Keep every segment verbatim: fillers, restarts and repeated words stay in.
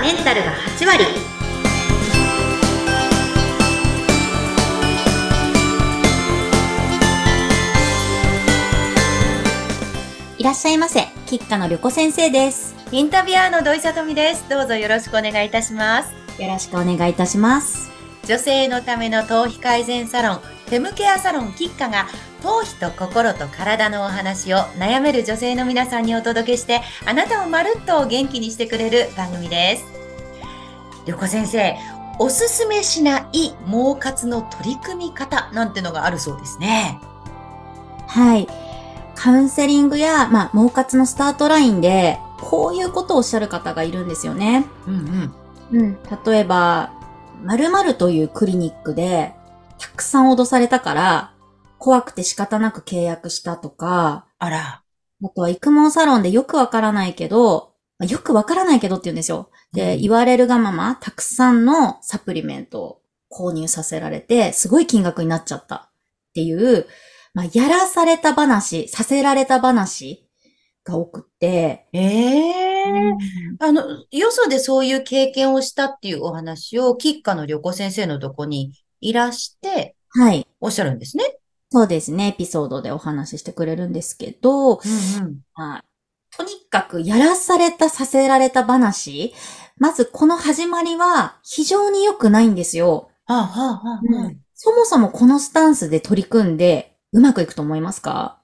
メンタルがはちわり。いらっしゃいませ。キッカのりょこ先生です。 インタビュアーの土井さとみです。どうぞよろしくお願いいたします。 よろしくお願いいたします。 女性のための頭皮改善サロン、フェムケアサロンキッカが頭皮と心と体のお話を悩める女性の皆さんにお届けして、あなたをまるっと元気にしてくれる番組です。りょこ先生、おすすめしない毛活の取り組み方なんてのがあるそうですね。 はい。カウンセリングや、まあ、毛活のスタートラインで、こういうことをおっしゃる方がいるんですよね。 うんうん。うん。例えば、〇〇というクリニックで、たくさん脅されたから、怖くて仕方なく契約したとか、 あら。 あとは育毛サロンでよくわからないけど、よくわからないけどって言うんですよ。で、 うん、 言われるがまま、たくさんのサプリメントを購入させられて、すごい金額になっちゃったっていう、まあ、やらされた話、させられた話が多くって、 ええうんあの、よそでそういう経験をしたっていうお話を、キッカの旅行先生のとこにいらしてはい。 おっしゃるんですね。 そうですね。エピソードでお話ししてくれるんですけど、 うんうん。 まあ、とにかくやらされた、させられた話。まずこの始まりは非常に良くないんですよ。 はあ、はあ、はあ、はあ。 うん。そもそもこのスタンスで取り組んでうまくいくと思いますか？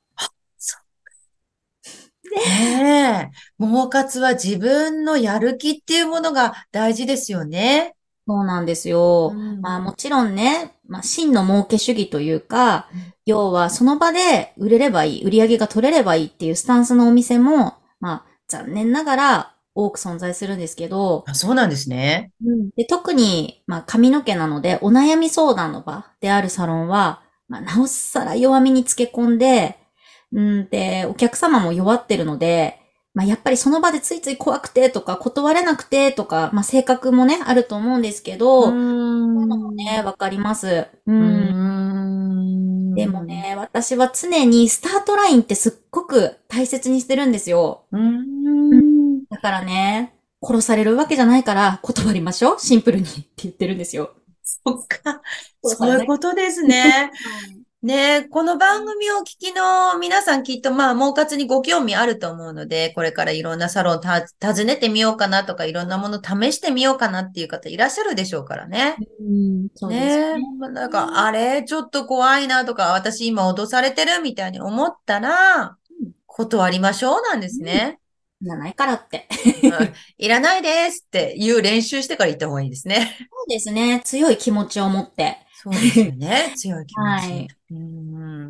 そうねえ。毛活は自分のやる気っていうものが大事ですよね。 そうなんですうよ。まあん。 もちろんね、まあ真の儲け主義というか、要はその場で売れればいい、売り上げが取れればいいっていうスタンスのお店も、まあ残念ながら多く存在するんですけど、 あ、そうなんですね。 うん。で、特に、まあ、髪の毛なので、お悩み相談の場であるサロンは、まあ、なおさら弱みにつけ込んで、うんで、お客様も弱ってるので、まあ、やっぱりその場でついつい怖くてとか、断れなくてとか、まあ、性格もね、あると思うんですけうーど、 ん。 ね、わかります。ううーん。でもん。 ね、私は常にスタートラインってすっごく大切にしてるんですよ。 うーうん。 ん。 だからね、殺されるわけじゃないから断りましょう。シンプルにって言ってるんですよ。 そっか。そういう殺されない。 ことですね。 はい。 ねえ、この番組をお聞きの皆さんきっとまあ、毛活にご興味あると思うので、これからいろんなサロンた訪ねてみようかなとか、いろんなもの試してみようかなっていう方いらっしゃるでしょうからね。 うん、そうですねえ、 ね。 まあなんか、あれ、ちょっと怖いなとか、私今脅されてるみたいに思ったら、断りましょうなんでうん。 すね。 じゃないからって。 うん、いらないですっていう練習してから言った方がいいですね。 そうですね。強い気持ちを持って。 そうですよね。強い気持ち。 はい。 うん。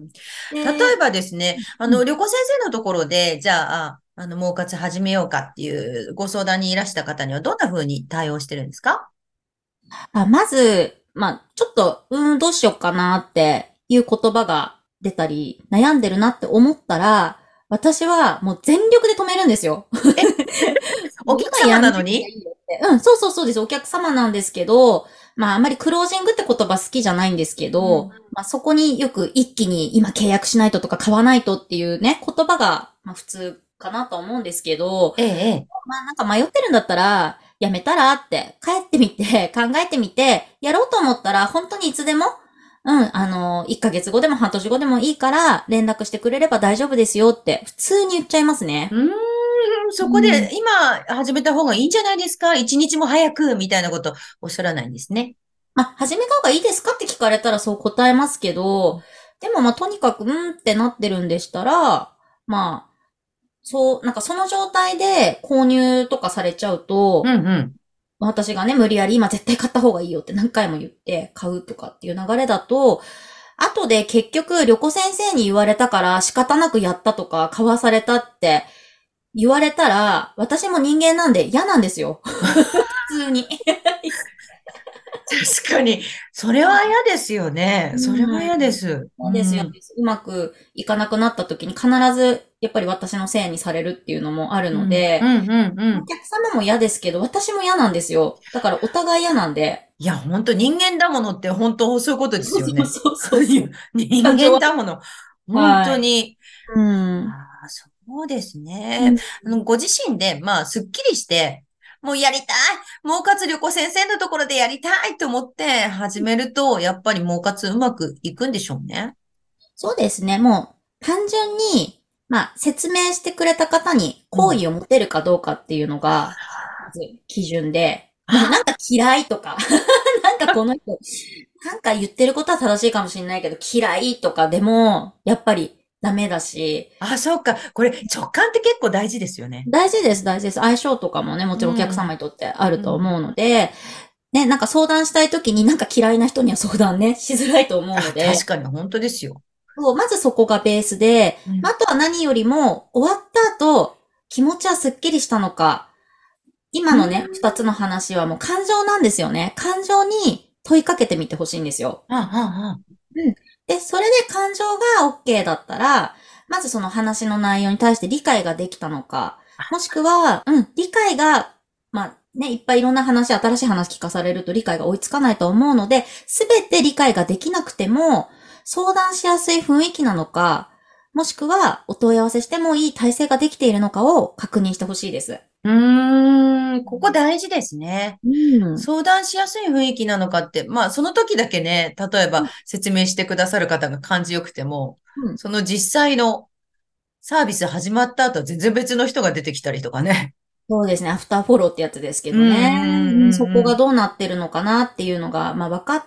例えで、 ばですね、あの、 うん。 旅行先生のところで、じゃあ、あの、毛活始めようかっていうご相談にいらした方にはどんな風に対応してるんですか？ あ、まず、まあ、ちょっと、うーん、どうしようかなっていう言葉が出たり、悩んでるなって思ったら、私はもう全力で止めるんですよ。 え、 もうお客今やんなきゃ様なのに？ いいよって。うん、そうそうそうです。お客様なんですけど、まああんまりクロージングって言葉好きじゃないんですけど、 うん。 まあそこによく一気に今契約しないととか買わないとっていうね、言葉が、まあ普通かなとは思うんですけど、 ええ、ええ。 まあなんか迷ってるんだったら、やめたらって、帰ってみて、考えてみて、やろうと思ったら本当にいつでも、うん、あの、いっかげつごでも半年後でもいいから、連絡してくれれば大丈夫ですよって、普通に言っちゃいますね。 うーん、そこでうん。 今始めた方がいいんじゃないですか？一日も早くみたいなことおっしゃらないんですね。 まあ、始めた方がいいですかって聞かれたらそう答えますけど、でもまあ、とにかく、うんってなってるんでしたら、まあ、そう、なんかその状態で購入とかされちゃうと、 うんうん。 私がね、無理やり今絶対買った方がいいよって何回も言って買うとかっていう流れだと、後で結局、旅行先生に言われたから仕方なくやったとか買わされたって言われたら、私も人間なんで嫌なんですよ。普通に。 確かに、それは嫌ですよね。それはうん。 嫌です。 そうですよ。 うん。 うまくいかなくなった時に必ず、やっぱり私のせいにされるっていうのもあるうん、うので、 ん、うん、うおん。 客様も嫌ですけど、私も嫌なんですよ。だからお互い嫌なんで。 いや、本当人間だものって本当そういうことですよね。 そうそうそうそう。 人感情は。 間だもの。本はい。 当に。 うん。 ああ、そうですね。 うん。 あの、ご自身で、まあ、すっきりして、 もうやりたい。儲かつ旅行先生のところでやりたいと思って始めると、やっぱり儲かつうまくいくんでしょうね。 そうですね。もう、単純に、まあ、説明してくれた方にうん。 好意を持てるかどうかっていうのが、まず基準で、もうなんあか嫌いとか、なんかこの人、なんか言ってることは正しいかもしれないけど、嫌いとかでも、やっぱりダメだし、 あ、そうか。これ直感って結構大事ですよね。 大事です、大事です。相性とかもね、もうちろんお客様ん。 にとってあるうん。 と思うので、ね、なんか相談したいときになんか嫌いな人には相談ね、しづらいと思うのあ、 で、 確かに本当ですよ。 そう、まずそこがベースで、 うん。 まあ、あとは何よりも、終わった後、気持ちはすっきりしたのか、今うん。 のね、二つの話はもう感情なんですよね。感情に問いかけてみてほしいんですよ。 あ、あ、あ。 うん。で、それで感情が OK だったら、まずその話の内容に対して理解ができたのか、もしくは、うん、理解が、まあね、いっぱいいろんな話、新しい話聞かされると理解が追いつかないと思うので、すべて理解ができなくても、相談しやすい雰囲気なのか、もしくはお問い合わせしてもいい体制ができているのかを確認してほしいです。 うーん、ここ大事ですね。 うん。うん。 相談しやすい雰囲気なのかって、まあ、その時だけね、例えば説明してくださる方が感じよくても、 うん。 その実際のサービス始まった後は全然別の人が出てきたりとかね。 そうですね。アフターフォローってやつですけうんうどね。 んうんそこうんうん。 がどうなってるのかなっていうのが、まあ分かって、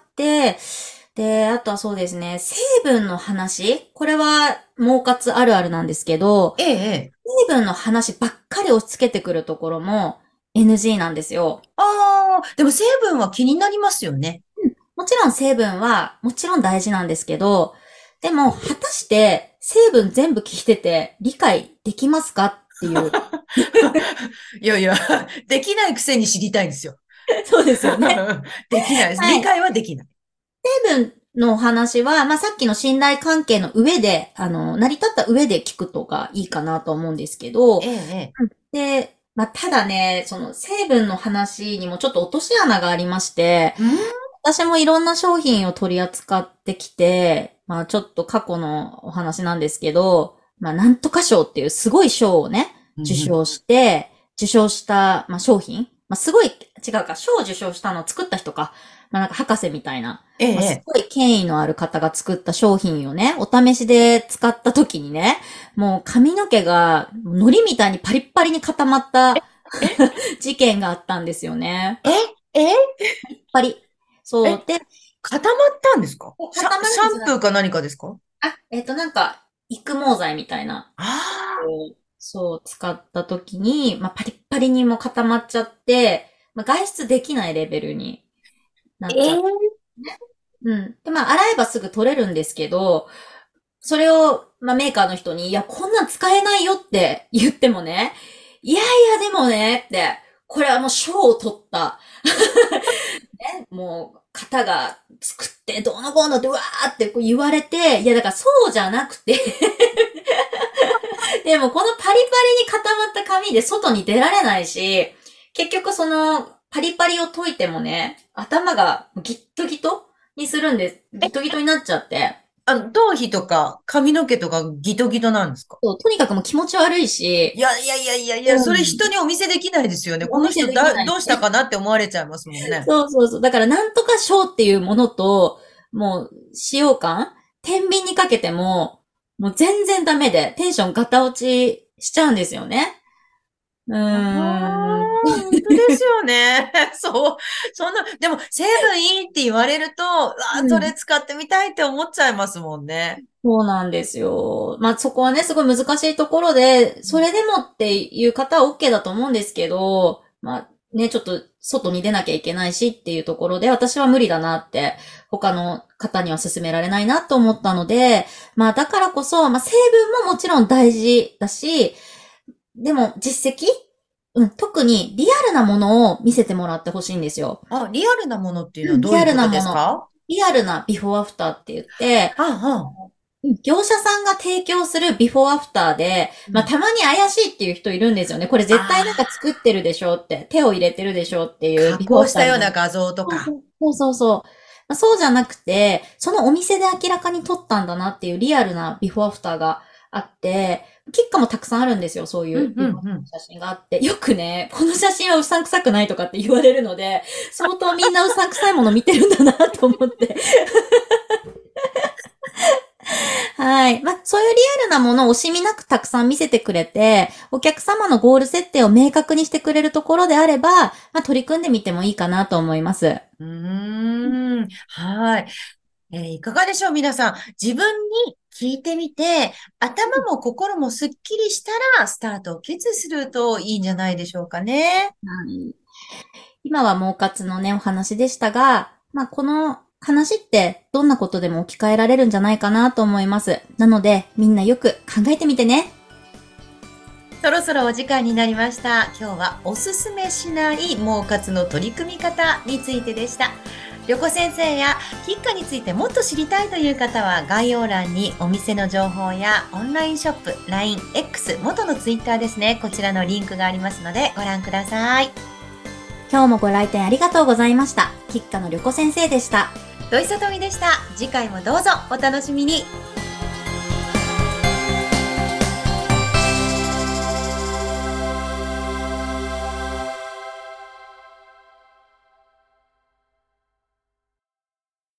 で、あとはそうですね。成分の話。これは、儲活あるあるなんですけど、 ええ、ええ。 成分の話ばっかり押し付けてくるところも エヌジー なんですよ。 ああ、でも成分は気になりますよね。 もちろん成分は、もちろん大事なんですけど、でも、果たして成分全部聞いてて理解できますかっていう。 いやいや、できないくせに知りたいんですよ。 そうですよね。 できないです。 はい。 理解はできない。 成分のお話は、まあ、さっきの信頼関係の上で、あの、成り立った上で聞くとかいいかなと思うんですけど、 ええ、ええ。 うんで、まあ、ただね、その成分の話にもちょっと落とし穴がありまして、 うん私もいろんな商品を取り扱ってきて、まあ、ちょっと過去のお話なんですけど、まあ、なんとか賞っていうすごい賞をね、受うんうん。 賞して、受賞した、まあ、商品、まあ、すごい、違うか、賞を受賞したのを作った人か、まあ、なんか博士みたいな、 ええ、 まあ、すええ。 ごい権威のある方が作った商品をね、お試しで使った時にね、もう髪の毛が海苔みたいにパリッパリに固まったえ、 事件があったんですよね。 え、え、 パリ。そえ、 う。で、 固まったんですか？シャ、 固まるシャんですよ。 ンプーか何かですか？ あ、えっと、なんか、育毛剤みたいな、 ああこうそう、使った時に、まあ、パリッパリにも固まっちゃって、まあ、外出できないレベルになー、 っちゃって。 ええうん。で、まあ、洗えばすぐ取れるんですけど、それを、まあ、メーカーの人に、いや、こんなん使えないよって言ってもね、いやいや、でもね、って、これはもう賞を取った、ね、もう、方が作って、どうのこうのって、うわーってこう言われて、いや、だからそうじゃなくてでもこのパリパリに固まった紙で外に出られないし、結局そのパリパリを解いてもね、頭がギットギトにするんです。ギットギトになっちゃって。 あの、頭皮とか髪の毛とかギトギトなんですか？ そうとにかくもう気持ち悪いし、 いやいやいやいやいや、それうん。 人にお見せできないですよね。こお見せの人だ、 できない。 どうしたかなって思われちゃいますもんね。 そうそうそう。だからなんとかショーっていうものと、もう使用感天秤にかけても、もう全然ダメで、テンションガタ落ちしちゃうんですよね。うああ、 ーん。 本当ですよね。そう。そんな、でも成分いいって言われると、うわあ、それうん。 使ってみたいって思っちゃいますもんね。 そうなんですよ。まあそこはね、すごい難しいところで、それでもっていう方は OK だと思うんですけど、まあね、ちょっと外に出なきゃいけないしっていうところで、私は無理だなって、他の方には勧められないなと思ったので、まあだからこそ、まあ成分ももちろん大事だし、でも実績うん、特にリアルなものを見せてもらってほしいんですよ。 あ、リアルなものっていうのはうん、リアルどういうことなもの。 ですか？ リアルなビフォーアフターって言って、 はあ、はあ。 うん業者さんが提供するビフォーアフターで、まあ、 うん。 たまに怪しいっていう人いるんですよね。これ絶対なんかあ作ってるでしょって、手を入れてるでしょっていう加ビフォーア工したようフターの。 な画像とか。 そうそうそうそうそう。まあ、そうじゃなくて、そのお店で明らかに撮ったんだなっていうリアルなビフォーアフターがあって、キッカもたくさんあるんですよ、そういううんうんうん。 写真があって。よくね、この写真はうさんくさくないとかって言われるので、相当みんなうさんくさいもの見てるんだなと思って。はい。まあ、そういうリアルなものを惜しみなくたくさん見せてくれて、お客様のゴール設定を明確にしてくれるところであれば、まあ、取り組んでみてもいいかなと思います。 うーん。はい。えーいかがでしょう皆さん。自分に聞いてみて、頭も心もすっきりしたら、スタートを決意するといいんじゃないでしょうかね。 はい。今は儲活のね、お話でしたが、まあ、この話ってどんなことでも置き換えられるんじゃないかなと思います。なので、みんなよく考えてみてね。 そろそろお時間になりました。今日はおすすめしない儲活の取り組み方についてでした。りょこ先生やキッカについてもっと知りたいという方は概要欄にお店の情報やオンラインショップ、ライン、X、元のツイッターですね。こちらのリンクがありますのでご覧ください。 今日もご来店ありがとうございました。キッカのりょこ先生でした。 土井さとみでした。次回もどうぞお楽しみに。